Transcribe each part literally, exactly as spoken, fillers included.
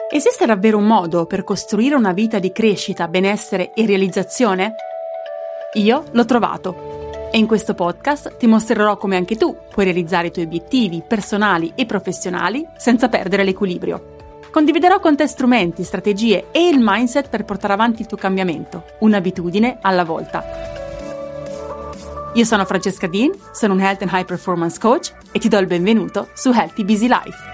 Esiste davvero un modo per costruire una vita di crescita, benessere e realizzazione? Io l'ho trovato e in questo podcast ti mostrerò come anche tu puoi realizzare i tuoi obiettivi personali e professionali senza perdere l'equilibrio. Condividerò con te strumenti, strategie e il mindset per portare avanti il tuo cambiamento, un'abitudine alla volta. Io sono Francesca Dean, sono un Health and High Performance Coach e ti do il benvenuto su Healthy Busy Life.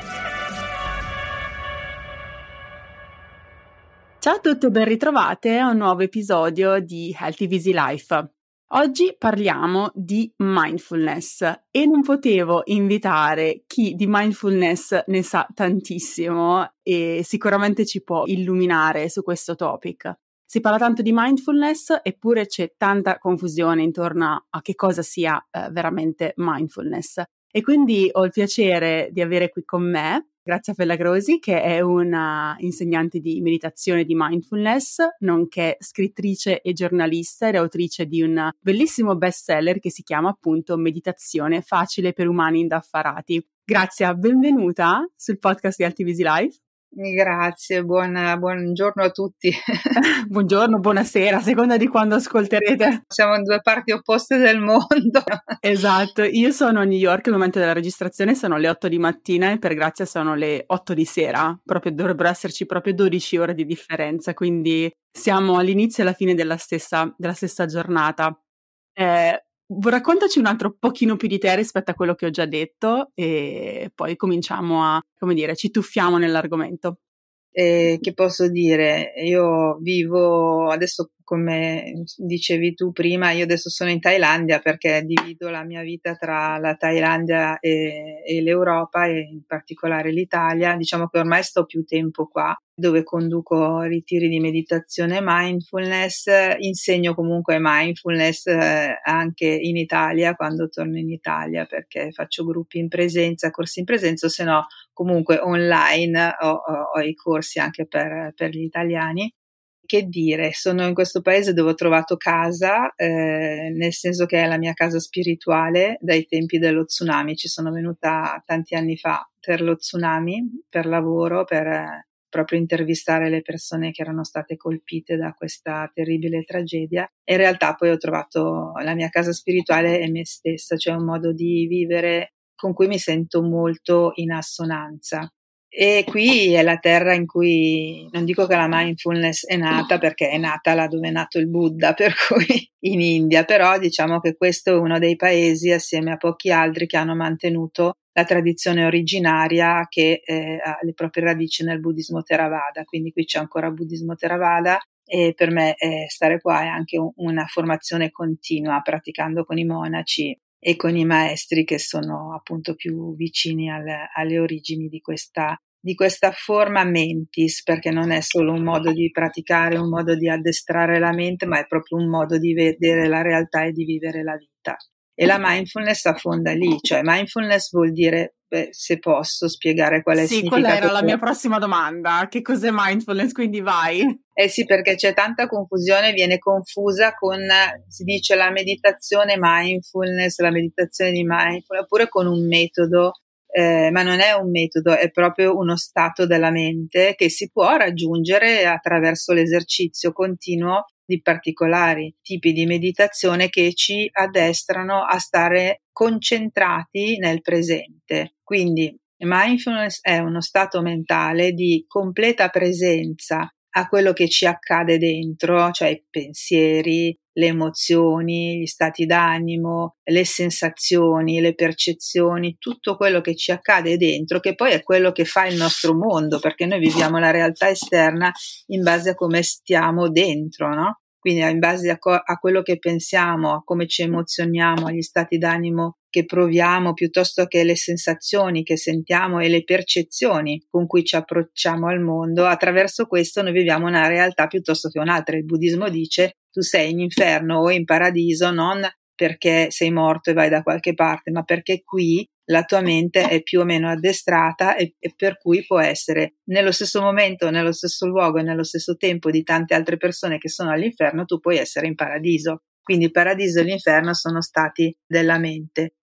Ciao a tutti e ben ritrovate a un nuovo episodio di Healthy Busy Life. Oggi parliamo di mindfulness e non potevo invitare chi di mindfulness ne sa tantissimo e sicuramente ci può illuminare su questo topic. Si parla tanto di mindfulness eppure c'è tanta confusione intorno a che cosa sia eh, veramente mindfulness. E quindi ho il piacere di avere qui con me Grazia Fellagrosi, che è una insegnante di meditazione e di mindfulness, nonché scrittrice e giornalista ed autrice di un bellissimo bestseller che si chiama appunto Meditazione facile per umani indaffarati. Grazia, benvenuta sul podcast di Healthy Busy Life. Grazie, buona, buongiorno a tutti. Buongiorno, buonasera, a seconda di quando ascolterete. Siamo in due parti opposte del mondo. Esatto, io sono a New York, al momento della registrazione sono le otto di mattina e per Grazia sono le otto di sera, proprio dovrebbero esserci proprio dodici ore di differenza, quindi siamo all'inizio e alla fine della stessa, della stessa giornata. Eh, Raccontaci un altro pochino più di te rispetto a quello che ho già detto e poi cominciamo a, come dire, ci tuffiamo nell'argomento. Eh, che posso dire? Io vivo adesso, come dicevi tu prima, io adesso sono in Thailandia perché divido la mia vita tra la Thailandia e, e l'Europa e in particolare l'Italia. Diciamo che ormai sto più tempo qua, dove conduco ritiri di meditazione e mindfulness, insegno comunque mindfulness eh, anche in Italia quando torno in Italia perché faccio gruppi in presenza, corsi in presenza, o se no comunque online ho, ho, ho i corsi anche per, per gli italiani. Che dire, sono in questo paese dove ho trovato casa, eh, nel senso che è la mia casa spirituale dai tempi dello tsunami. Ci sono venuta tanti anni fa per lo tsunami, per lavoro, per eh, proprio intervistare le persone che erano state colpite da questa terribile tragedia. E in realtà poi ho trovato la mia casa spirituale e me stessa, cioè un modo di vivere con cui mi sento molto in assonanza. E qui è la terra in cui, non dico che la mindfulness è nata, perché è nata là dove è nato il Buddha, per cui in India, però diciamo che questo è uno dei paesi, assieme a pochi altri, che hanno mantenuto la tradizione originaria che eh, ha le proprie radici nel buddismo Theravada, quindi qui c'è ancora buddismo Theravada e per me eh, stare qua è anche un, una formazione continua, praticando con i monaci e con i maestri che sono appunto più vicini alle, alle origini di questa, di questa forma mentis, perché non è solo un modo di praticare, un modo di addestrare la mente, ma è proprio un modo di vedere la realtà e di vivere la vita. E la mindfulness affonda lì, cioè mindfulness vuol dire, beh, se posso spiegare qual è sì, il significato. Sì, quella era la mia prossima domanda, che cos'è mindfulness, quindi vai. Eh sì, perché c'è tanta confusione, viene confusa con, si dice la meditazione mindfulness, la meditazione di mindfulness, oppure con un metodo, eh, ma non è un metodo, è proprio uno stato della mente che si può raggiungere attraverso l'esercizio continuo di particolari tipi di meditazione che ci addestrano a stare concentrati nel presente. Quindi mindfulness è uno stato mentale di completa presenza a quello che ci accade dentro, cioè i pensieri, le emozioni, gli stati d'animo, le sensazioni, le percezioni, tutto quello che ci accade dentro, che poi è quello che fa il nostro mondo, perché noi viviamo la realtà esterna in base a come stiamo dentro, no? Quindi in base a, co- a quello che pensiamo, a come ci emozioniamo, agli stati d'animo che proviamo, piuttosto che le sensazioni che sentiamo e le percezioni con cui ci approcciamo al mondo, attraverso questo noi viviamo una realtà piuttosto che un'altra. Il buddismo dice tu sei in inferno o in paradiso non perché sei morto e vai da qualche parte, ma perché qui la tua mente è più o meno addestrata e, e per cui può essere nello stesso momento, nello stesso luogo e nello stesso tempo di tante altre persone che sono all'inferno, tu puoi essere in paradiso. Quindi il paradiso e l'inferno sono stati della mente.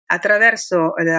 attraverso la,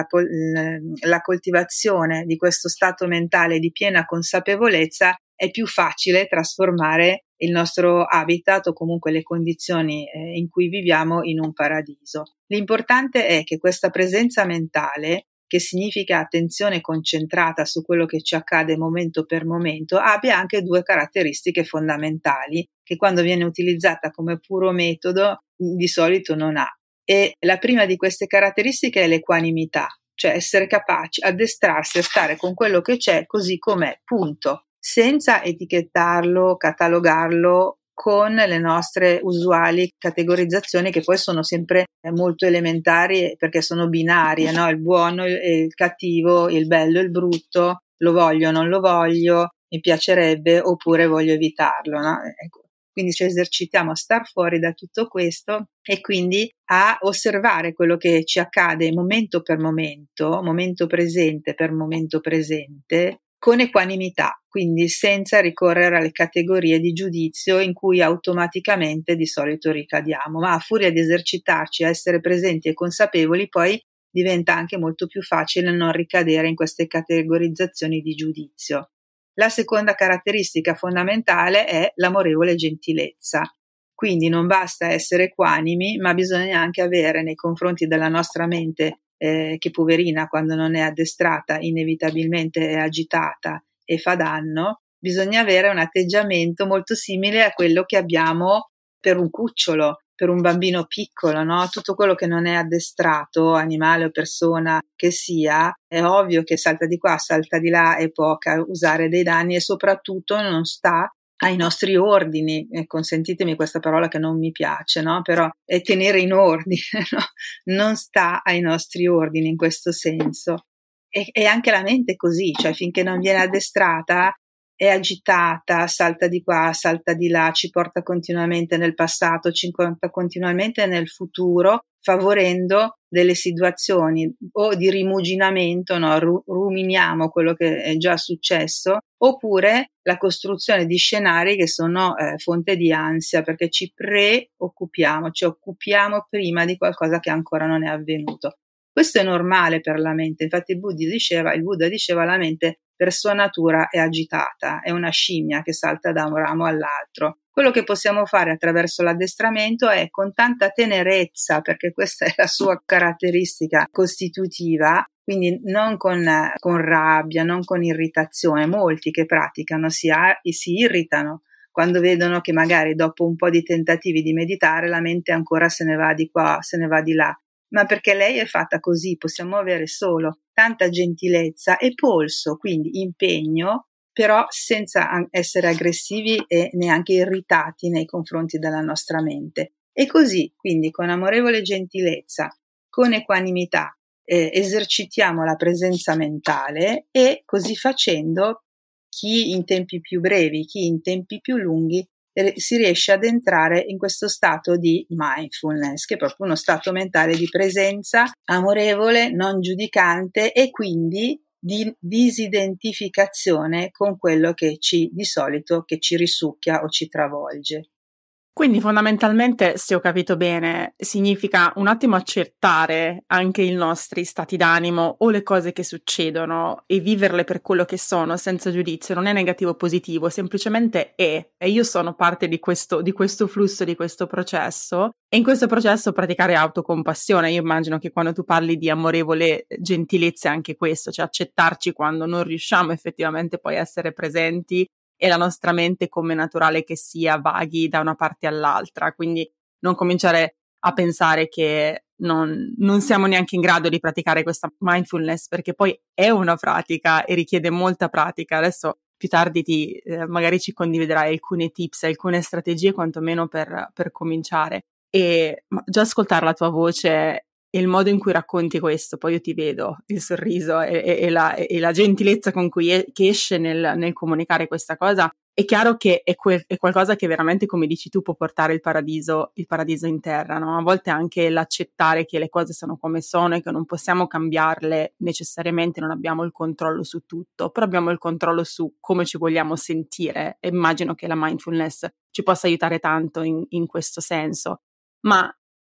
la coltivazione di questo stato mentale di piena consapevolezza è più facile trasformare il nostro habitat o comunque le condizioni eh, in cui viviamo in un paradiso. L'importante è che questa presenza mentale, che significa attenzione concentrata su quello che ci accade momento per momento, abbia anche due caratteristiche fondamentali che quando viene utilizzata come puro metodo di solito non ha. E la prima di queste caratteristiche è l'equanimità, cioè essere capaci, addestrarsi a stare con quello che c'è così com'è, punto, senza etichettarlo, catalogarlo con le nostre usuali categorizzazioni che poi sono sempre molto elementari perché sono binarie, no? Il buono e il cattivo, il bello e il brutto, lo voglio o non lo voglio, mi piacerebbe oppure voglio evitarlo, no? Ecco. Quindi ci esercitiamo a star fuori da tutto questo e quindi a osservare quello che ci accade momento per momento, momento presente per momento presente, con equanimità, quindi senza ricorrere alle categorie di giudizio in cui automaticamente di solito ricadiamo, ma a furia di esercitarci a essere presenti e consapevoli poi diventa anche molto più facile non ricadere in queste categorizzazioni di giudizio. La seconda caratteristica fondamentale è l'amorevole gentilezza. Quindi non basta essere equanimi, ma bisogna anche avere nei confronti della nostra mente, eh, che poverina quando non è addestrata inevitabilmente è agitata e fa danno, bisogna avere un atteggiamento molto simile a quello che abbiamo per un cucciolo, per un bambino piccolo, no? Tutto quello che non è addestrato, animale o persona che sia, è ovvio che salta di qua, salta di là e può causare dei danni e soprattutto non sta ai nostri ordini, eh, consentitemi questa parola che non mi piace, no? Però è tenere in ordine, no? Non sta ai nostri ordini in questo senso. E, e anche la mente è così, cioè finché non viene addestrata è agitata, salta di qua, salta di là, ci porta continuamente nel passato, ci porta continuamente nel futuro, favorendo delle situazioni o di rimuginamento, no? Ru- ruminiamo quello che è già successo, oppure la costruzione di scenari che sono eh, fonte di ansia, perché ci preoccupiamo, ci occupiamo prima di qualcosa che ancora non è avvenuto. Questo è normale per la mente, infatti il Buddha diceva, il Buddha diceva la mente per sua natura è agitata, è una scimmia che salta da un ramo all'altro. Quello che possiamo fare attraverso l'addestramento è con tanta tenerezza, perché questa è la sua caratteristica costitutiva, quindi non con, con rabbia, non con irritazione. Molti che praticano si, si irritano quando vedono che magari dopo un po' di tentativi di meditare la mente ancora se ne va di qua, se ne va di là. Ma perché lei è fatta così, possiamo avere solo tanta gentilezza e polso, quindi impegno, però senza essere aggressivi e neanche irritati nei confronti della nostra mente. E così, quindi con amorevole gentilezza, con equanimità, eh, esercitiamo la presenza mentale e così facendo chi in tempi più brevi, chi in tempi più lunghi si riesce ad entrare in questo stato di mindfulness, che è proprio uno stato mentale di presenza amorevole, non giudicante e quindi di disidentificazione con quello che ci di solito che ci risucchia o ci travolge. Quindi fondamentalmente, se ho capito bene, significa un attimo accettare anche i nostri stati d'animo o le cose che succedono e viverle per quello che sono, senza giudizio. Non è negativo o positivo, semplicemente è. E io sono parte di questo, di questo flusso, di questo processo. E in questo processo praticare autocompassione. Io immagino che quando tu parli di amorevole gentilezza è anche questo, cioè accettarci quando non riusciamo effettivamente poi a essere presenti e la nostra mente, come naturale che sia, vaghi da una parte all'altra, quindi non cominciare a pensare che non, non siamo neanche in grado di praticare questa mindfulness, perché poi è una pratica e richiede molta pratica. Adesso più tardi ti, eh, magari ci condividerai alcune tips, alcune strategie quantomeno per, per cominciare. E ma già ascoltare la tua voce e il modo in cui racconti questo, poi io ti vedo il sorriso e, e, e, la, e la gentilezza con cui è, che esce nel, nel comunicare questa cosa, è chiaro che è, que- è qualcosa che veramente, come dici tu, può portare il paradiso, il paradiso in terra, no? A volte anche l'accettare che le cose sono come sono e che non possiamo cambiarle necessariamente, non abbiamo il controllo su tutto, però abbiamo il controllo su come ci vogliamo sentire e immagino che la mindfulness ci possa aiutare tanto in, in questo senso. Ma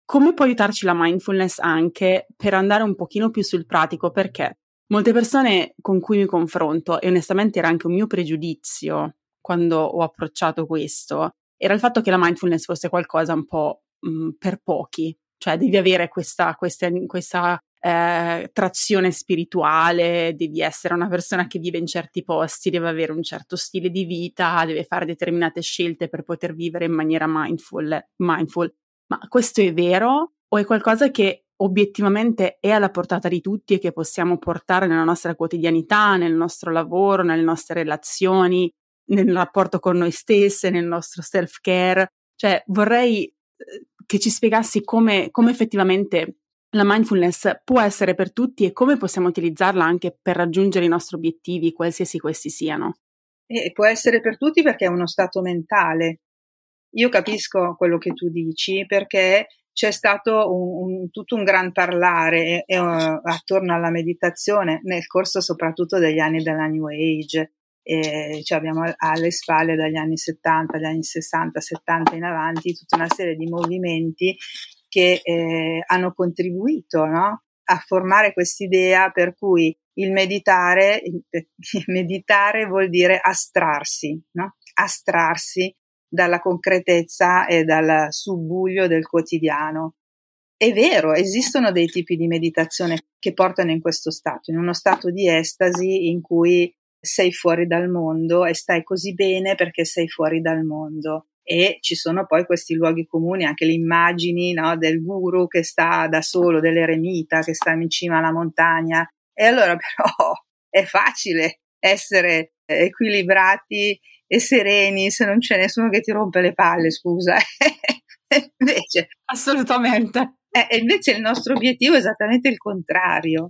come può aiutarci la mindfulness anche per andare un pochino più sul pratico? Perché molte persone con cui mi confronto, e onestamente era anche un mio pregiudizio quando ho approcciato questo, era il fatto che la mindfulness fosse qualcosa un po' mh, per pochi, cioè devi avere questa, questa, questa eh, trazione spirituale, devi essere una persona che vive in certi posti, deve avere un certo stile di vita, deve fare determinate scelte per poter vivere in maniera mindful, mindful. Ma questo è vero o è qualcosa che obiettivamente è alla portata di tutti e che possiamo portare nella nostra quotidianità, nel nostro lavoro, nelle nostre relazioni, nel rapporto con noi stesse, nel nostro self-care? Cioè vorrei eh, che ci spiegassi come, come effettivamente la mindfulness può essere per tutti e come possiamo utilizzarla anche per raggiungere i nostri obiettivi, qualsiasi questi siano. E può essere per tutti perché è uno stato mentale. Io capisco quello che tu dici perché c'è stato un, un, tutto un gran parlare eh, uh, attorno alla meditazione nel corso soprattutto degli anni della New Age. Eh, cioè abbiamo alle spalle dagli anni settanta, dagli anni sessanta, settanta in avanti tutta una serie di movimenti che eh, hanno contribuito, no? A formare quest'idea per cui il meditare, il meditare vuol dire astrarsi, no? Astrarsi dalla concretezza e dal subbuglio del quotidiano. È vero, esistono dei tipi di meditazione che portano in questo stato, in uno stato di estasi in cui sei fuori dal mondo e stai così bene perché sei fuori dal mondo. E ci sono poi questi luoghi comuni, anche le immagini, no, del guru che sta da solo, dell'eremita che sta in cima alla montagna. E allora però è facile essere equilibrati e sereni se non c'è nessuno che ti rompe le palle, scusa. Invece, assolutamente. E invece il nostro obiettivo è esattamente il contrario.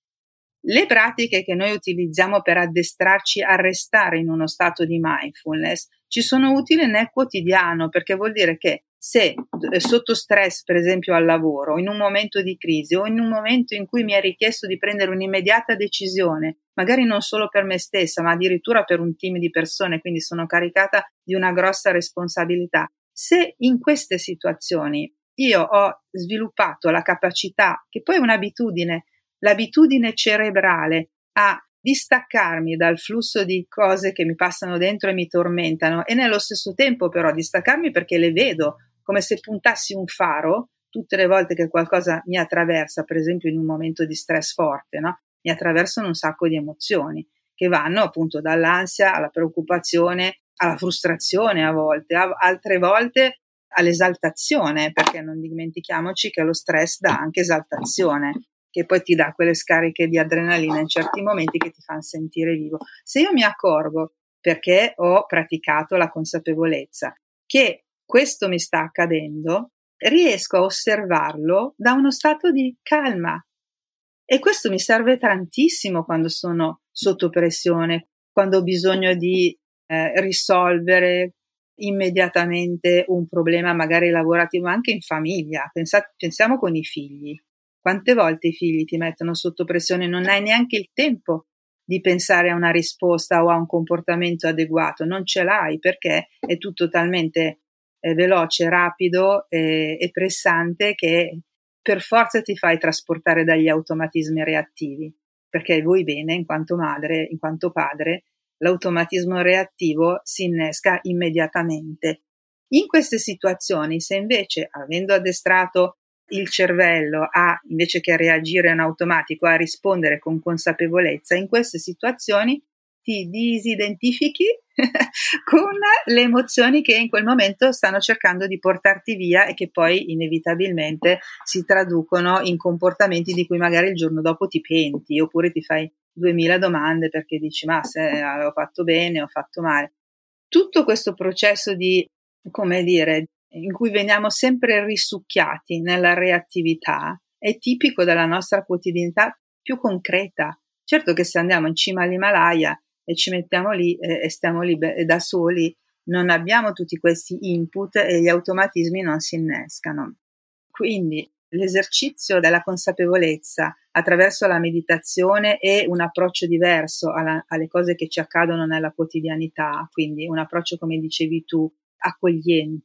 Le pratiche che noi utilizziamo per addestrarci a restare in uno stato di mindfulness ci sono utili nel quotidiano, perché vuol dire che se sotto stress, per esempio al lavoro, in un momento di crisi o in un momento in cui mi è richiesto di prendere un'immediata decisione, magari non solo per me stessa, ma addirittura per un team di persone, quindi sono caricata di una grossa responsabilità, se in queste situazioni io ho sviluppato la capacità, che poi è un'abitudine, l'abitudine cerebrale a distaccarmi dal flusso di cose che mi passano dentro e mi tormentano e nello stesso tempo però distaccarmi perché le vedo come se puntassi un faro tutte le volte che qualcosa mi attraversa, per esempio in un momento di stress forte, no? Mi attraversano un sacco di emozioni che vanno appunto dall'ansia alla preoccupazione, alla frustrazione a volte, a altre volte all'esaltazione, perché non dimentichiamoci che lo stress dà anche esaltazione, che poi ti dà quelle scariche di adrenalina in certi momenti che ti fanno sentire vivo. Se io mi accorgo, perché ho praticato la consapevolezza, che questo mi sta accadendo, riesco a osservarlo da uno stato di calma. E questo mi serve tantissimo quando sono sotto pressione, quando ho bisogno di eh, risolvere immediatamente un problema magari lavorativo, ma anche in famiglia. Pensate, pensiamo con i figli. Quante volte i figli ti mettono sotto pressione, non hai neanche il tempo di pensare a una risposta o a un comportamento adeguato, non ce l'hai perché è tutto talmente eh, veloce, rapido eh, e pressante che per forza ti fai trasportare dagli automatismi reattivi, perché vuoi bene in quanto madre, in quanto padre, l'automatismo reattivo si innesca immediatamente. In queste situazioni, se invece, avendo addestrato il cervello a, invece che a reagire in automatico, a rispondere con consapevolezza, in queste situazioni ti disidentifichi con le emozioni che in quel momento stanno cercando di portarti via e che poi inevitabilmente si traducono in comportamenti di cui magari il giorno dopo ti penti oppure ti fai duemila domande perché dici ma se ho fatto bene, ho fatto male. Tutto questo processo di, come dire, in cui veniamo sempre risucchiati nella reattività è tipico della nostra quotidianità più concreta. Certo che se andiamo in cima all'Himalaya e ci mettiamo lì eh, e stiamo lì be- da soli, non abbiamo tutti questi input e gli automatismi non si innescano. Quindi l'esercizio della consapevolezza attraverso la meditazione e un approccio diverso alla, alle cose che ci accadono nella quotidianità, quindi un approccio, come dicevi tu, accogliente,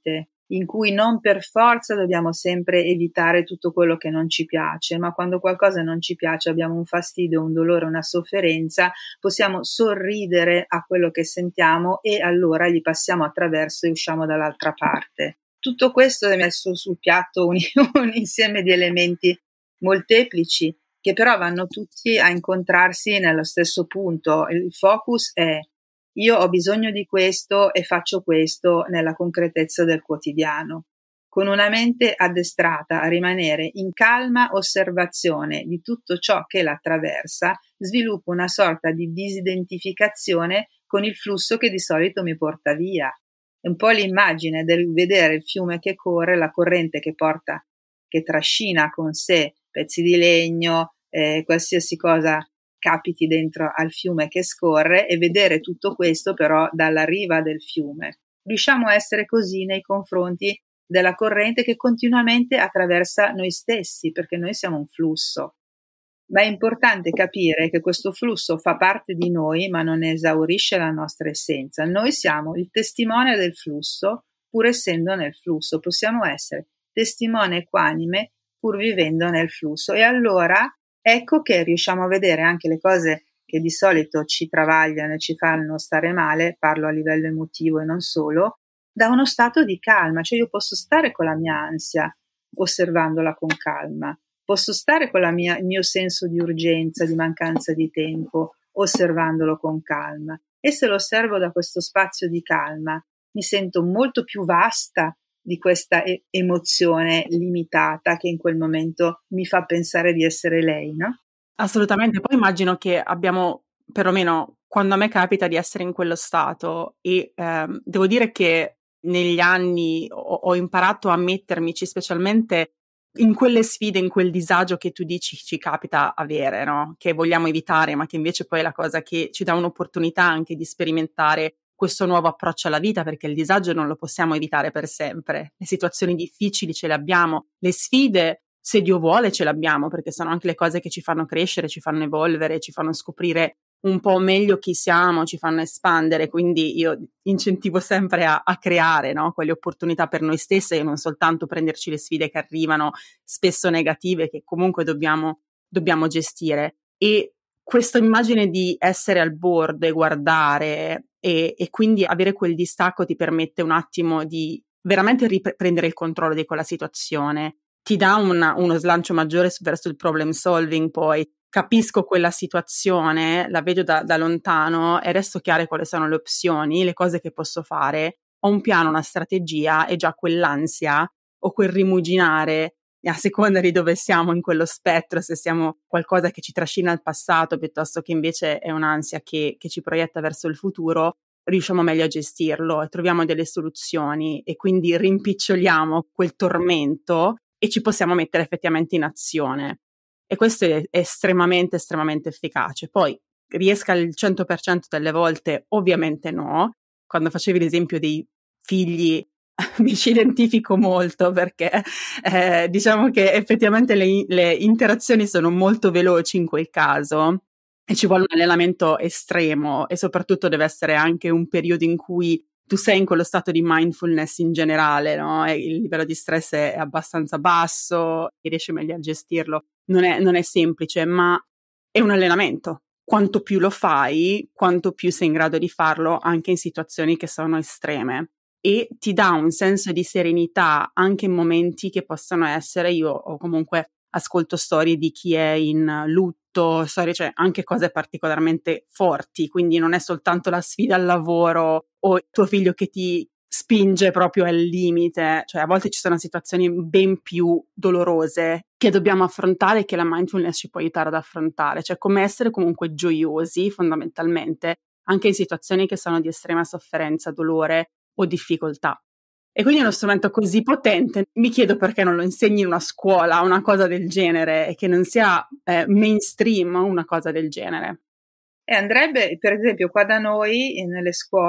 in cui non per forza dobbiamo sempre evitare tutto quello che non ci piace, ma quando qualcosa non ci piace, abbiamo un fastidio, un dolore, una sofferenza, possiamo sorridere a quello che sentiamo e allora gli passiamo attraverso e usciamo dall'altra parte. Tutto questo è messo sul piatto un, un insieme di elementi molteplici che però vanno tutti a incontrarsi nello stesso punto. Il focus è: io ho bisogno di questo e faccio questo nella concretezza del quotidiano. Con una mente addestrata a rimanere in calma osservazione di tutto ciò che la attraversa, sviluppo una sorta di disidentificazione con il flusso che di solito mi porta via. È un po' l'immagine del vedere il fiume che corre, la corrente che porta, che trascina con sé pezzi di legno, eh, qualsiasi cosa capiti dentro al fiume che scorre, e vedere tutto questo però dalla riva del fiume. Riusciamo a essere così nei confronti della corrente che continuamente attraversa noi stessi, perché noi siamo un flusso. Ma è importante capire che questo flusso fa parte di noi, ma non esaurisce la nostra essenza. Noi siamo il testimone del flusso, pur essendo nel flusso. Possiamo essere testimone equanime pur vivendo nel flusso. E allora ecco che riusciamo a vedere anche le cose che di solito ci travagliano e ci fanno stare male, parlo a livello emotivo e non solo, da uno stato di calma. Cioè io posso stare con la mia ansia osservandola con calma, posso stare con la mia, il mio senso di urgenza, di mancanza di tempo, osservandolo con calma, e se lo osservo da questo spazio di calma mi sento molto più vasta di questa e- emozione limitata che in quel momento mi fa pensare di essere lei, no? Assolutamente, poi immagino che abbiamo, perlomeno quando a me capita di essere in quello stato, e ehm, devo dire che negli anni ho, ho imparato a mettermici, specialmente in quelle sfide, in quel disagio che tu dici ci capita avere, no? Che vogliamo evitare, ma che invece poi è la cosa che ci dà un'opportunità anche di sperimentare questo nuovo approccio alla vita, perché il disagio non lo possiamo evitare per sempre. Le situazioni difficili ce le abbiamo, le sfide, se Dio vuole, ce l'abbiamo, perché sono anche le cose che ci fanno crescere, ci fanno evolvere, ci fanno scoprire un po' meglio chi siamo, ci fanno espandere. Quindi io incentivo sempre a, a creare, no? Quelle opportunità per noi stesse e non soltanto prenderci le sfide che arrivano, spesso negative, che comunque dobbiamo, dobbiamo gestire. E questa immagine di essere al bordo e guardare e, e quindi avere quel distacco ti permette un attimo di veramente riprendere il controllo di quella situazione, ti dà una, uno slancio maggiore verso il problem solving. Poi capisco quella situazione, la vedo da, da lontano e resto chiare quali sono le opzioni, le cose che posso fare, ho un piano, una strategia, e già quell'ansia o quel rimuginare, a seconda di dove siamo in quello spettro, se siamo qualcosa che ci trascina al passato piuttosto che invece è un'ansia che, che ci proietta verso il futuro, riusciamo meglio a gestirlo e troviamo delle soluzioni, e quindi rimpiccioliamo quel tormento e ci possiamo mettere effettivamente in azione. E questo è estremamente, estremamente efficace. Poi riesca il cento per cento delle volte? Ovviamente no. Quando facevi l'esempio dei figli mi ci identifico molto, perché eh, diciamo che effettivamente le, le interazioni sono molto veloci in quel caso e ci vuole un allenamento estremo, e soprattutto deve essere anche un periodo in cui tu sei in quello stato di mindfulness in generale, no? E il livello di stress è abbastanza basso e riesci meglio a gestirlo. Non è, non è semplice, ma è un allenamento. Quanto più lo fai, quanto più sei in grado di farlo anche in situazioni che sono estreme. E ti dà un senso di serenità anche in momenti che possono essere, io o comunque ascolto storie di chi è in lutto, storie, cioè anche cose particolarmente forti, quindi non è soltanto la sfida al lavoro o tuo figlio che ti spinge proprio al limite, cioè a volte ci sono situazioni ben più dolorose che dobbiamo affrontare e che la mindfulness ci può aiutare ad affrontare, cioè come essere comunque gioiosi fondamentalmente anche in situazioni che sono di estrema sofferenza, dolore o difficoltà. E quindi è uno strumento così potente, mi chiedo perché non lo insegni in una scuola, una cosa del genere, e che non sia eh, mainstream una cosa del genere. E andrebbe, per esempio, qua da noi, nelle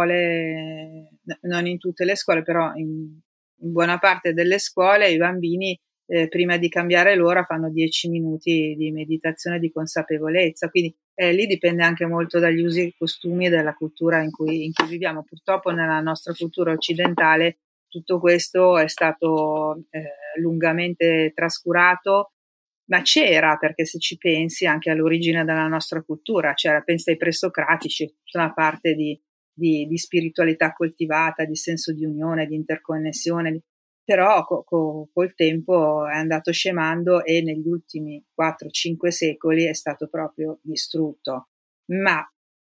scuole, non in tutte le scuole, però in, in buona parte delle scuole, i bambini eh, prima di cambiare l'ora fanno dieci minuti di meditazione di consapevolezza, quindi eh, lì dipende anche molto dagli usi e costumi e dalla cultura in cui, in cui viviamo. Purtroppo nella nostra cultura occidentale tutto questo è stato eh, lungamente trascurato, ma c'era, perché se ci pensi anche all'origine della nostra cultura, c'era, pensa ai presocratici, tutta una parte di, di, di spiritualità coltivata, di senso di unione, di interconnessione, però co, co, col tempo è andato scemando e negli ultimi quattro cinque secoli è stato proprio distrutto, ma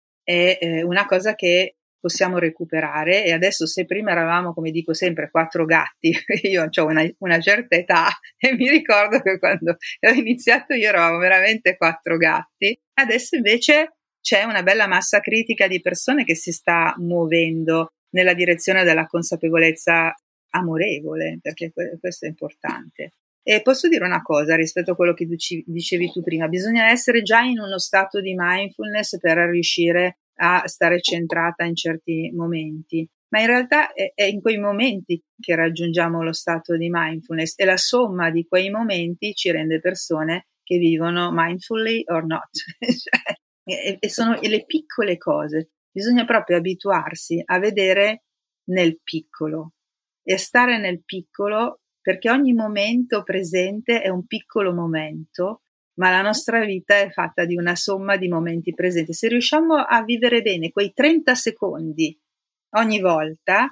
è eh, una cosa che possiamo recuperare. E adesso, se prima eravamo, come dico sempre, quattro gatti, io ho una, una certa età e mi ricordo che quando ho iniziato io eravamo veramente quattro gatti, adesso invece c'è una bella massa critica di persone che si sta muovendo nella direzione della consapevolezza amorevole, perché questo è importante. E posso dire una cosa rispetto a quello che dicevi tu prima: bisogna essere già in uno stato di mindfulness per riuscire a stare centrata in certi momenti, ma in realtà è, è in quei momenti che raggiungiamo lo stato di mindfulness, e la somma di quei momenti ci rende persone che vivono mindfully or not. Cioè, e, e sono le piccole cose, bisogna proprio abituarsi a vedere nel piccolo e stare nel piccolo, perché ogni momento presente è un piccolo momento, ma la nostra vita è fatta di una somma di momenti presenti. Se riusciamo a vivere bene quei trenta secondi ogni volta,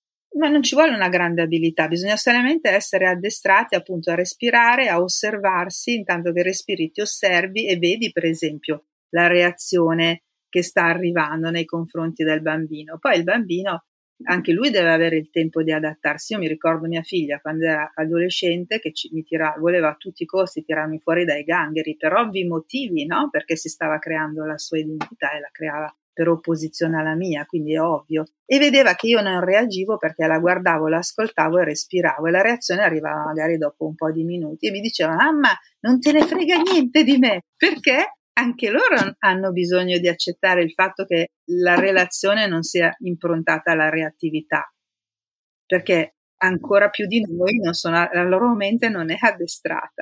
ma non ci vuole una grande abilità, bisogna solamente essere addestrati appunto a respirare, a osservarsi. Intanto che respiri ti osservi e vedi per esempio la reazione che sta arrivando nei confronti del bambino. Poi il bambino, anche lui deve avere il tempo di adattarsi. Io mi ricordo mia figlia quando era adolescente che ci, mi tira, voleva a tutti i costi tirarmi fuori dai gangheri per ovvi motivi, no? Perché si stava creando la sua identità e la creava per opposizione alla mia, quindi è ovvio. E vedeva che io non reagivo perché la guardavo, la ascoltavo e respiravo, e la reazione arrivava magari dopo un po' di minuti e mi diceva: mamma, non te ne frega niente di me, perché anche loro hanno bisogno di accettare il fatto che la relazione non sia improntata alla reattività, perché ancora più di noi non sono, la loro mente non è addestrata.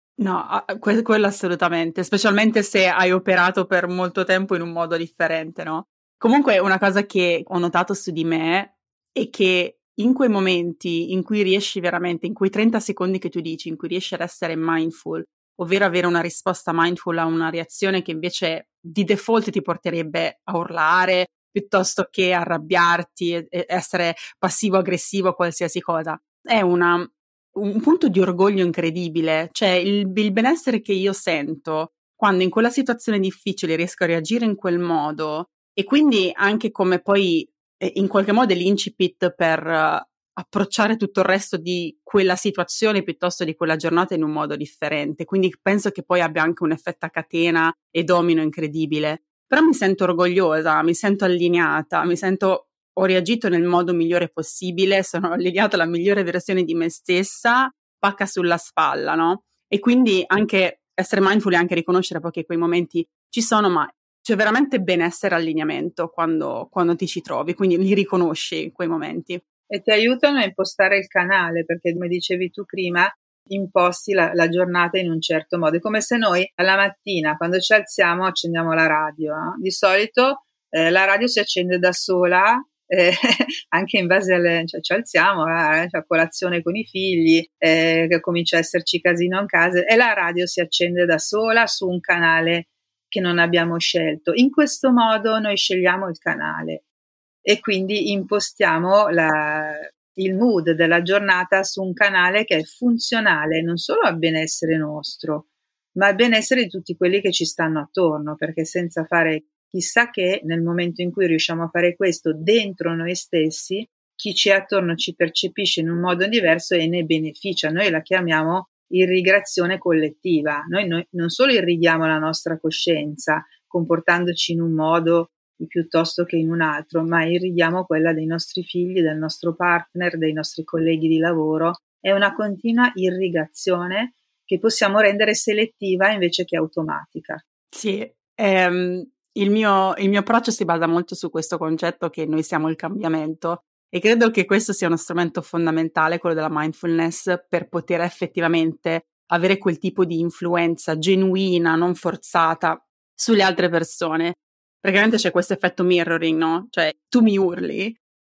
No, que- quello assolutamente, specialmente se hai operato per molto tempo in un modo differente, no? Comunque una cosa che ho notato su di me è che in quei momenti in cui riesci veramente, in quei trenta secondi che tu dici, in cui riesci ad essere mindful, ovvero avere una risposta mindful a una reazione che invece di default ti porterebbe a urlare piuttosto che arrabbiarti e, e essere passivo-aggressivo a qualsiasi cosa, è una, un punto di orgoglio incredibile. Cioè il, il benessere che io sento quando in quella situazione difficile riesco a reagire in quel modo, e quindi anche come poi eh, in qualche modo è l'incipit per uh, approcciare tutto il resto di quella situazione piuttosto di quella giornata in un modo differente. Quindi penso che poi abbia anche un effetto a catena e domino incredibile. Però mi sento orgogliosa, mi sento allineata, mi sento ho reagito nel modo migliore possibile, sono allineata alla migliore versione di me stessa, pacca sulla spalla, no? E quindi anche essere mindful e anche riconoscere poi che quei momenti ci sono, ma c'è veramente benessere e allineamento quando, quando ti ci trovi, quindi li riconosci quei momenti. E ti aiutano a impostare il canale, perché come dicevi tu prima, imposti la, la giornata in un certo modo. È come se noi alla mattina, quando ci alziamo, accendiamo la radio. No? Di solito eh, la radio si accende da sola, eh, anche in base alle... cioè ci alziamo, eh, a colazione con i figli, eh, che comincia a esserci casino in casa, e la radio si accende da sola su un canale che non abbiamo scelto. In questo modo noi scegliamo il canale e quindi impostiamo la, il mood della giornata su un canale che è funzionale non solo al benessere nostro, ma al benessere di tutti quelli che ci stanno attorno, perché senza fare chissà che, nel momento in cui riusciamo a fare questo dentro noi stessi, chi ci è attorno ci percepisce in un modo diverso e ne beneficia. Noi la chiamiamo irrigazione collettiva. Noi, noi non solo irrighiamo la nostra coscienza comportandoci in un modo piuttosto che in un altro, ma irrighiamo quella dei nostri figli, del nostro partner, dei nostri colleghi di lavoro. È una continua irrigazione che possiamo rendere selettiva invece che automatica. Sì, ehm, il mio, il mio approccio si basa molto su questo concetto che noi siamo il cambiamento, e credo che questo sia uno strumento fondamentale, quello della mindfulness, per poter effettivamente avere quel tipo di influenza genuina, non forzata, sulle altre persone. Praticamente c'è questo effetto mirroring, no? Cioè tu mi urli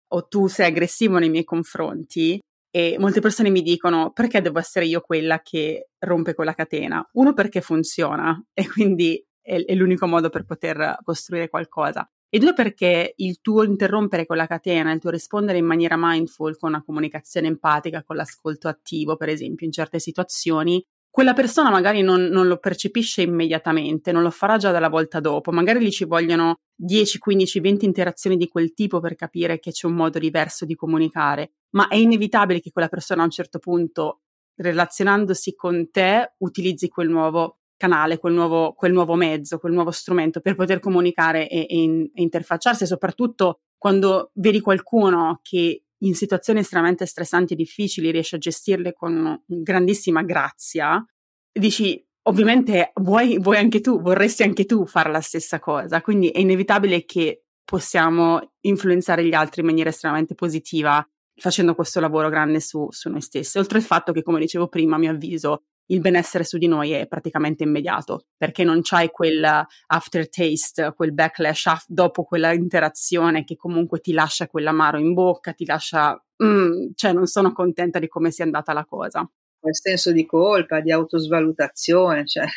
o tu sei aggressivo nei miei confronti, e molte persone mi dicono: perché devo essere io quella che rompe quella catena? Uno, perché funziona e quindi è, è l'unico modo per poter costruire qualcosa. E due, perché il tuo interrompere quella catena, il tuo rispondere in maniera mindful, con una comunicazione empatica, con l'ascolto attivo, per esempio, in certe situazioni, quella persona magari non, non lo percepisce immediatamente, non lo farà già dalla volta dopo, magari gli ci vogliono dieci, quindici, venti interazioni di quel tipo per capire che c'è un modo diverso di comunicare, ma è inevitabile che quella persona a un certo punto, relazionandosi con te, utilizzi quel nuovo canale, quel nuovo, quel nuovo mezzo, quel nuovo strumento per poter comunicare e, e, in, e interfacciarsi, e soprattutto quando vedi qualcuno che in situazioni estremamente stressanti e difficili riesce a gestirle con grandissima grazia, dici, ovviamente vuoi, vuoi anche tu, vorresti anche tu fare la stessa cosa, quindi è inevitabile che possiamo influenzare gli altri in maniera estremamente positiva facendo questo lavoro grande su, su noi stessi, oltre al fatto che, come dicevo prima, a mio avviso, il benessere su di noi è praticamente immediato, perché non c'hai quel aftertaste, quel backlash af- dopo quella interazione che comunque ti lascia quell'amaro in bocca, ti lascia, mm, cioè non sono contenta di come sia andata la cosa. Quel senso di colpa, di autosvalutazione, cioè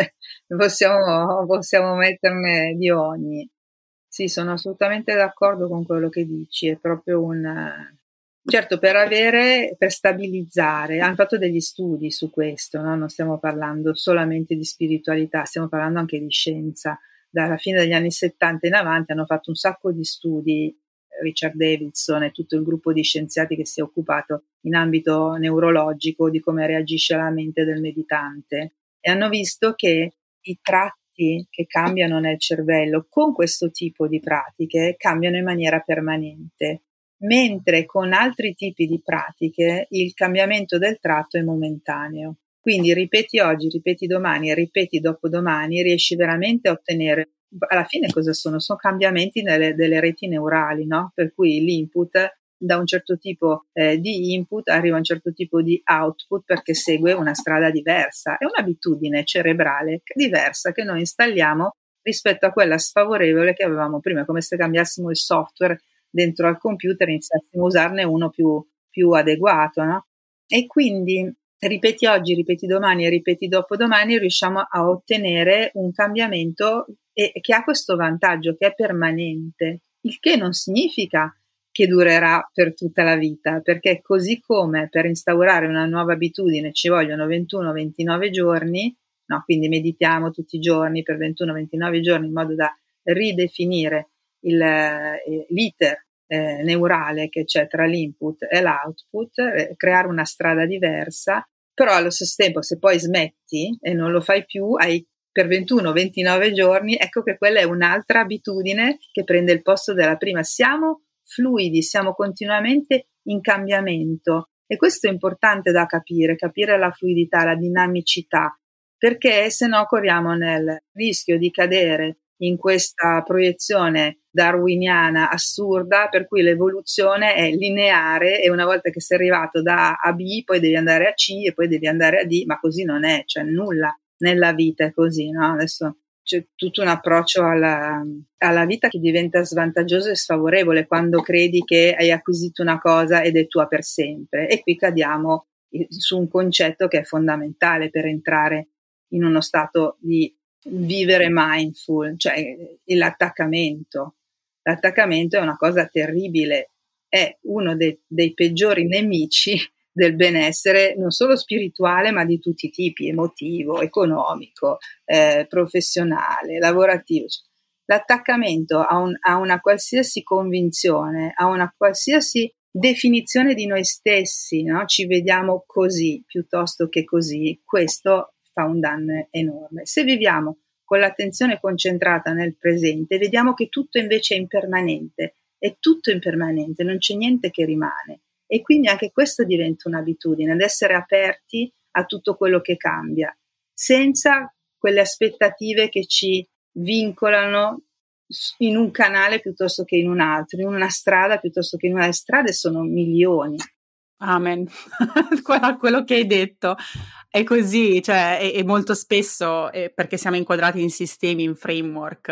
possiamo, possiamo metterne di ogni. Sì, sono assolutamente d'accordo con quello che dici, è proprio un... Certo, per avere, per stabilizzare, hanno fatto degli studi su questo, no? Non stiamo parlando solamente di spiritualità, stiamo parlando anche di scienza. Dalla fine degli anni settanta in avanti hanno fatto un sacco di studi, Richard Davidson e tutto il gruppo di scienziati che si è occupato in ambito neurologico di come reagisce la mente del meditante, e hanno visto che i tratti che cambiano nel cervello con questo tipo di pratiche cambiano in maniera permanente, mentre con altri tipi di pratiche il cambiamento del tratto è momentaneo. Quindi ripeti oggi, ripeti domani e ripeti dopodomani, riesci veramente a ottenere, alla fine cosa sono? Sono cambiamenti nelle, delle reti neurali, no? Per cui l'input da un certo tipo eh, di input arriva a un certo tipo di output perché segue una strada diversa. È un'abitudine cerebrale diversa che noi installiamo rispetto a quella sfavorevole che avevamo prima, come se cambiassimo il software dentro al computer e iniziassimo a usarne uno più, più adeguato, no? E quindi ripeti oggi, ripeti domani e ripeti dopodomani, riusciamo a ottenere un cambiamento e, che ha questo vantaggio, che è permanente, il che non significa che durerà per tutta la vita, perché così come per instaurare una nuova abitudine ci vogliono ventuno ventinove giorni, no? Quindi meditiamo tutti i giorni per ventuno ventinove giorni in modo da ridefinire il, eh, l'iter eh, neurale che c'è tra l'input e l'output, eh, creare una strada diversa, però allo stesso tempo se poi smetti e non lo fai più, hai per ventuno ventinove giorni, ecco che quella è un'altra abitudine che prende il posto della prima. Siamo fluidi, siamo continuamente in cambiamento e questo è importante da capire, capire la fluidità, la dinamicità, perché se no corriamo nel rischio di cadere in questa proiezione darwiniana assurda per cui l'evoluzione è lineare e una volta che sei arrivato da A a B poi devi andare a C e poi devi andare a D, ma così non è, cioè nulla nella vita è così, no? Adesso c'è tutto un approccio alla, alla vita che diventa svantaggioso e sfavorevole quando credi che hai acquisito una cosa ed è tua per sempre, e qui cadiamo su un concetto che è fondamentale per entrare in uno stato di vivere mindful, cioè l'attaccamento. L'attaccamento è una cosa terribile, è uno dei, dei peggiori nemici del benessere, non solo spirituale, ma di tutti i tipi, emotivo, economico, eh, professionale, lavorativo. L'attaccamento a, un, a una qualsiasi convinzione, a una qualsiasi definizione di noi stessi, no? Ci vediamo così piuttosto che così, questo fa un danno enorme. Se viviamo con l'attenzione concentrata nel presente, vediamo che tutto invece è impermanente, è tutto impermanente, non c'è niente che rimane. E quindi anche questo diventa un'abitudine, ad essere aperti a tutto quello che cambia, senza quelle aspettative che ci vincolano in un canale piuttosto che in un altro, in una strada piuttosto che in una. Le strade sono milioni. Amen. Quello che hai detto è così, cioè, e, e molto spesso, eh, perché siamo inquadrati in sistemi, in framework,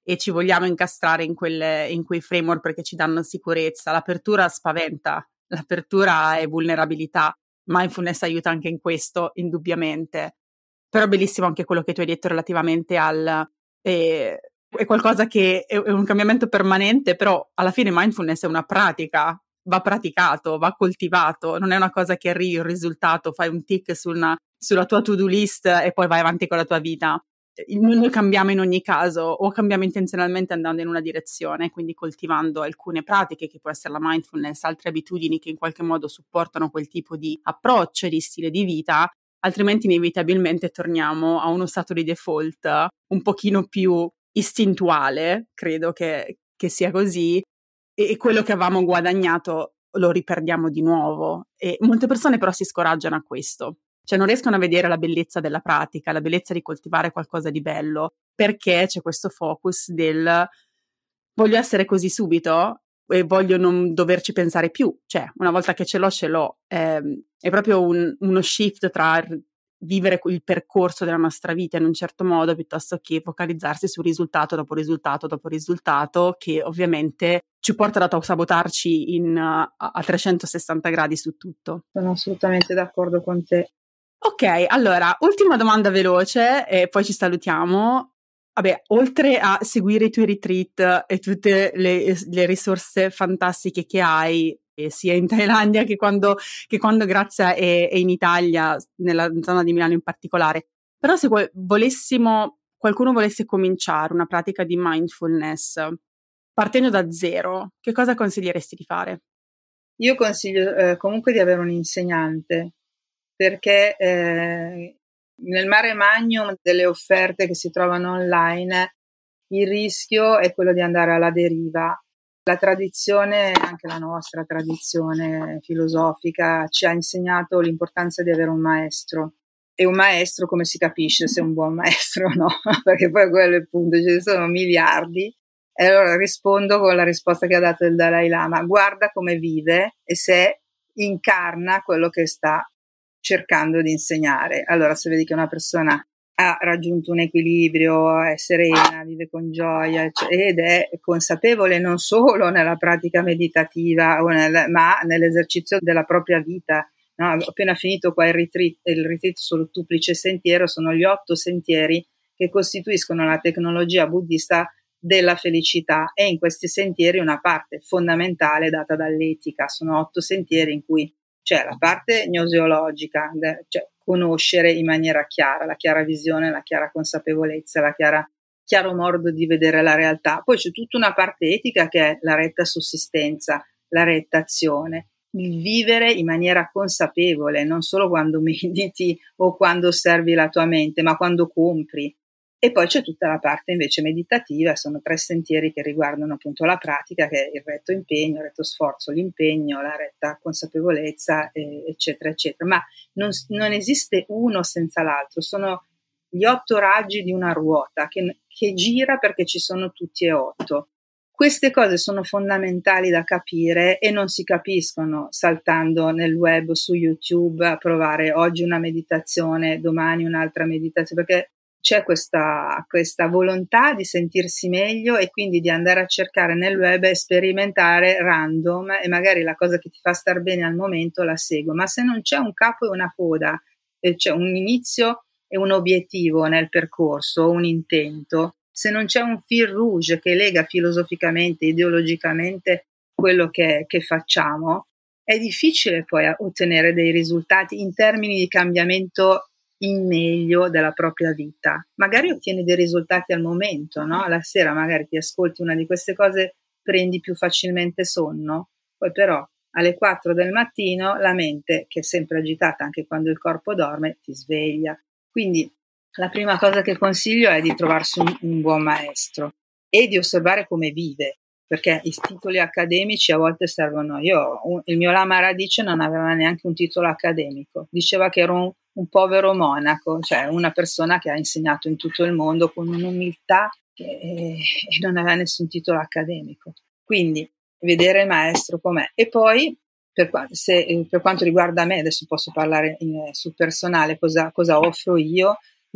e ci vogliamo incastrare in, quelle, in quei framework perché ci danno sicurezza. L'apertura spaventa, l'apertura è vulnerabilità. Mindfulness aiuta anche in questo, indubbiamente. Però è bellissimo anche quello che tu hai detto relativamente al... Eh, è qualcosa che è, è un cambiamento permanente, però alla fine mindfulness è una pratica, va praticato, va coltivato, non è una cosa che arrivi un risultato, fai un tick su una, sulla tua to-do list e poi vai avanti con la tua vita. Noi cambiamo in ogni caso, o cambiamo intenzionalmente andando in una direzione, quindi coltivando alcune pratiche che può essere la mindfulness, altre abitudini che in qualche modo supportano quel tipo di approccio e di stile di vita, altrimenti inevitabilmente torniamo a uno stato di default un pochino più istintuale, credo che, che sia così, e, e quello che avevamo guadagnato lo riperdiamo di nuovo. E molte persone però si scoraggiano a questo. Cioè non riescono a vedere la bellezza della pratica, la bellezza di coltivare qualcosa di bello, perché c'è questo focus del voglio essere così subito e voglio non doverci pensare più. Cioè, una volta che ce l'ho, ce l'ho. Eh, è proprio un, uno shift tra vivere il percorso della nostra vita in un certo modo piuttosto che focalizzarsi su risultato dopo risultato dopo risultato, che ovviamente ci porta ad autosabotarci in, uh, a trecentosessanta gradi su tutto. Sono assolutamente d'accordo con te. Ok, allora, ultima domanda veloce e poi ci salutiamo. Vabbè, oltre a seguire i tuoi retreat e tutte le, le risorse fantastiche che hai, eh, sia in Thailandia che quando, che quando Grazia è, è in Italia, nella zona di Milano in particolare, però se volessimo, qualcuno volesse cominciare una pratica di mindfulness partendo da zero, che cosa consiglieresti di fare? Io consiglio eh, comunque di avere un insegnante, perché eh, nel mare magnum delle offerte che si trovano online il rischio è quello di andare alla deriva. La tradizione, anche la nostra tradizione filosofica, ci ha insegnato l'importanza di avere un maestro. E un maestro, come si capisce se è un buon maestro o no? Perché poi quello è il punto, ce ne sono miliardi. E allora rispondo con la risposta che ha dato il Dalai Lama: guarda come vive e se incarna quello che sta cercando di insegnare. Allora, se vedi che una persona ha raggiunto un equilibrio, è serena, vive con gioia ed è consapevole non solo nella pratica meditativa o nel, ma nell'esercizio della propria vita. No, ho appena finito qua il retreat, il retreat sul Duplice Sentiero, sono gli otto sentieri che costituiscono la tecnologia buddista della felicità, e in questi sentieri una parte fondamentale data dall'etica. Sono otto sentieri in cui c'è la parte gnoseologica, cioè conoscere in maniera chiara, la chiara visione, la chiara consapevolezza, la chiara, chiaro modo di vedere la realtà. Poi c'è tutta una parte etica che è la retta sussistenza, la retta azione, il vivere in maniera consapevole, non solo quando mediti o quando osservi la tua mente, ma quando compri. E poi c'è tutta la parte invece meditativa, sono tre sentieri che riguardano appunto la pratica, che è il retto impegno, il retto sforzo, l'impegno, la retta consapevolezza, eh, eccetera, eccetera. Ma non, non esiste uno senza l'altro, sono gli otto raggi di una ruota che, che gira perché ci sono tutti e otto. Queste cose sono fondamentali da capire e non si capiscono saltando nel web, su YouTube, a provare oggi una meditazione, domani un'altra meditazione, perché c'è questa, questa volontà di sentirsi meglio e quindi di andare a cercare nel web e sperimentare random, e magari la cosa che ti fa star bene al momento la seguo, ma se non c'è un capo e una coda, e c'è un inizio e un obiettivo nel percorso, un intento, se non c'è un fil rouge che lega filosoficamente, ideologicamente quello che, che facciamo, è difficile poi ottenere dei risultati in termini di cambiamento in meglio della propria vita. Magari ottieni dei risultati al momento, no? La sera magari ti ascolti una di queste cose, prendi più facilmente sonno, poi però alle quattro del mattino la mente, che è sempre agitata anche quando il corpo dorme, ti sveglia. Quindi la prima cosa che consiglio è di trovarsi un, un buon maestro e di osservare come vive, perché i titoli accademici a volte servono. Io, un, il mio Lama Radice non aveva neanche un titolo accademico, diceva che ero un un povero monaco, cioè una persona che ha insegnato in tutto il mondo con un'umiltà che, e non aveva nessun titolo accademico. Quindi vedere il maestro com'è. E poi per, se, per quanto riguarda me, adesso posso parlare in, sul personale, cosa, cosa offro io.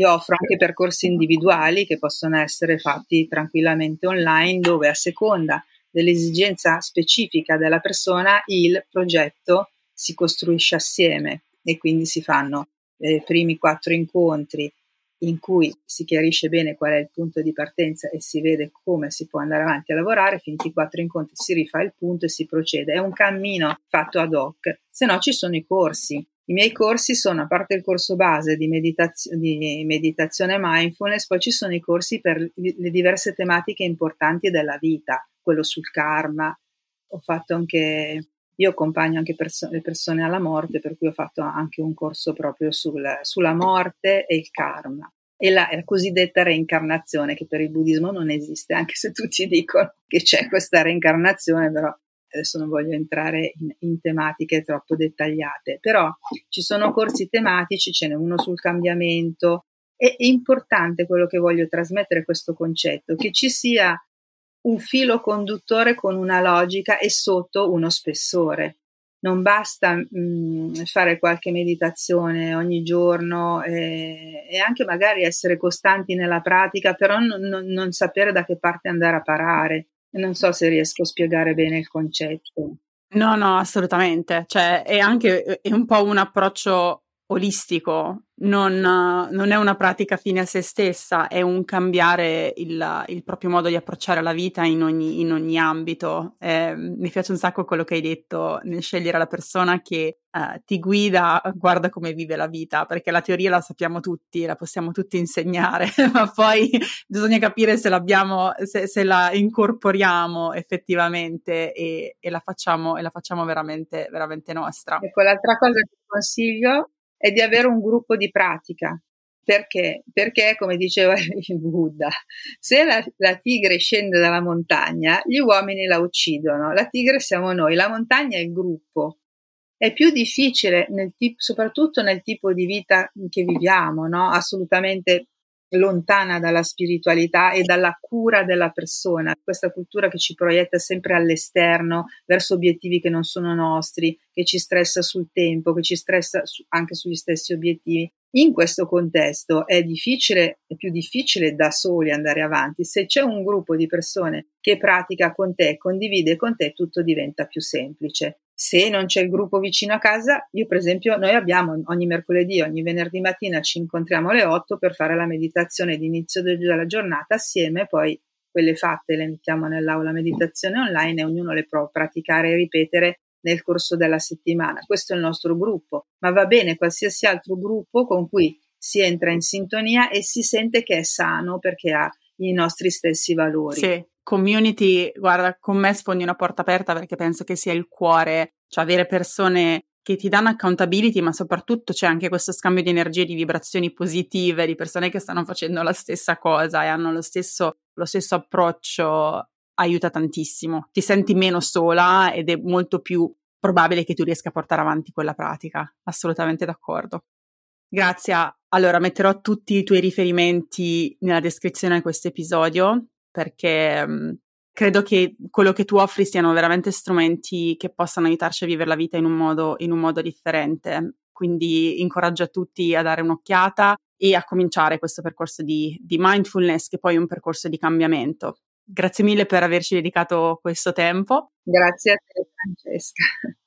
Io offro anche percorsi individuali che possono essere fatti tranquillamente online, dove a seconda dell'esigenza specifica della persona il progetto si costruisce assieme e quindi si fanno i eh, primi quattro incontri in cui si chiarisce bene qual è il punto di partenza e si vede come si può andare avanti a lavorare. Finiti i quattro incontri si rifà il punto e si procede. È un cammino fatto ad hoc, se no ci sono i corsi. I miei corsi sono, a parte il corso base di, meditazio- di meditazione mindfulness, poi ci sono i corsi per le diverse tematiche importanti della vita, quello sul karma. Ho fatto anche, io accompagno anche perso- le persone alla morte, per cui ho fatto anche un corso proprio sul, sulla morte e il karma. E la, la cosiddetta reincarnazione, che per il buddismo non esiste, anche se tutti dicono che c'è questa reincarnazione, però adesso non voglio entrare in, in tematiche troppo dettagliate, però ci sono corsi tematici, ce n'è uno sul cambiamento. È importante, quello che voglio trasmettere, questo concetto, che ci sia un filo conduttore con una logica e sotto uno spessore. Non basta mh, fare qualche meditazione ogni giorno e, e anche magari essere costanti nella pratica, però non, non, non sapere da che parte andare a parare. Non so se riesco a spiegare bene il concetto. No, no, assolutamente. Cioè, è anche è un po' un approccio olistico, non, non è una pratica fine a se stessa, è un cambiare il, il proprio modo di approcciare la vita in ogni, in ogni ambito. Eh, mi piace un sacco quello che hai detto nel scegliere la persona che eh, ti guida, guarda come vive la vita, perché la teoria la sappiamo tutti, la possiamo tutti insegnare, ma poi bisogna capire se l'abbiamo, se, se la incorporiamo effettivamente e, e la facciamo e la facciamo veramente, veramente nostra. Ecco, l'altra cosa che consiglio è di avere un gruppo di pratica. Perché? Perché, come diceva il Buddha, se la, la tigre scende dalla montagna, gli uomini la uccidono. La tigre siamo noi, la montagna è il gruppo. È più difficile, nel tipo, soprattutto nel tipo di vita che viviamo, no? Assolutamente lontana dalla spiritualità e dalla cura della persona, questa cultura che ci proietta sempre all'esterno verso obiettivi che non sono nostri, che ci stressa sul tempo, che ci stressa su, anche sugli stessi obiettivi. In questo contesto è difficile, è più difficile da soli andare avanti. Se c'è un gruppo di persone che pratica con te, condivide con te, tutto diventa più semplice. Se non c'è il gruppo vicino a casa, io per esempio, noi abbiamo ogni mercoledì, ogni venerdì mattina ci incontriamo alle otto per fare la meditazione di inizio della giornata assieme, poi quelle fatte le mettiamo nell'aula meditazione online e ognuno le può praticare e ripetere nel corso della settimana. Questo è il nostro gruppo, ma va bene qualsiasi altro gruppo con cui si entra in sintonia e si sente che è sano perché ha i nostri stessi valori. Sì. Community, guarda, con me sfondi una porta aperta perché penso che sia il cuore, cioè avere persone che ti danno accountability, ma soprattutto c'è anche questo scambio di energie, di vibrazioni positive, di persone che stanno facendo la stessa cosa e hanno lo stesso, lo stesso approccio, aiuta tantissimo. Ti senti meno sola ed è molto più probabile che tu riesca a portare avanti quella pratica. Assolutamente d'accordo. Grazie. Allora, metterò tutti i tuoi riferimenti nella descrizione di questo episodio, perché mh, credo che quello che tu offri siano veramente strumenti che possano aiutarci a vivere la vita in un modo, in un modo differente. Quindi incoraggio a tutti a dare un'occhiata e a cominciare questo percorso di, di mindfulness, che poi è un percorso di cambiamento. Grazie mille per averci dedicato questo tempo. Grazie a te, Francesca.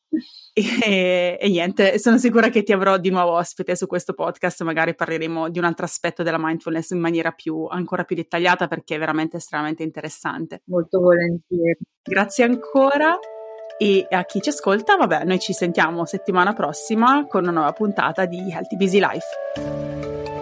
E, e niente, sono sicura che ti avrò di nuovo ospite su questo podcast, magari parleremo di un altro aspetto della mindfulness in maniera più, ancora più dettagliata, perché è veramente estremamente interessante. Molto volentieri. Grazie ancora, e a chi ci ascolta, vabbè, noi ci sentiamo settimana prossima con una nuova puntata di Healthy Busy Life.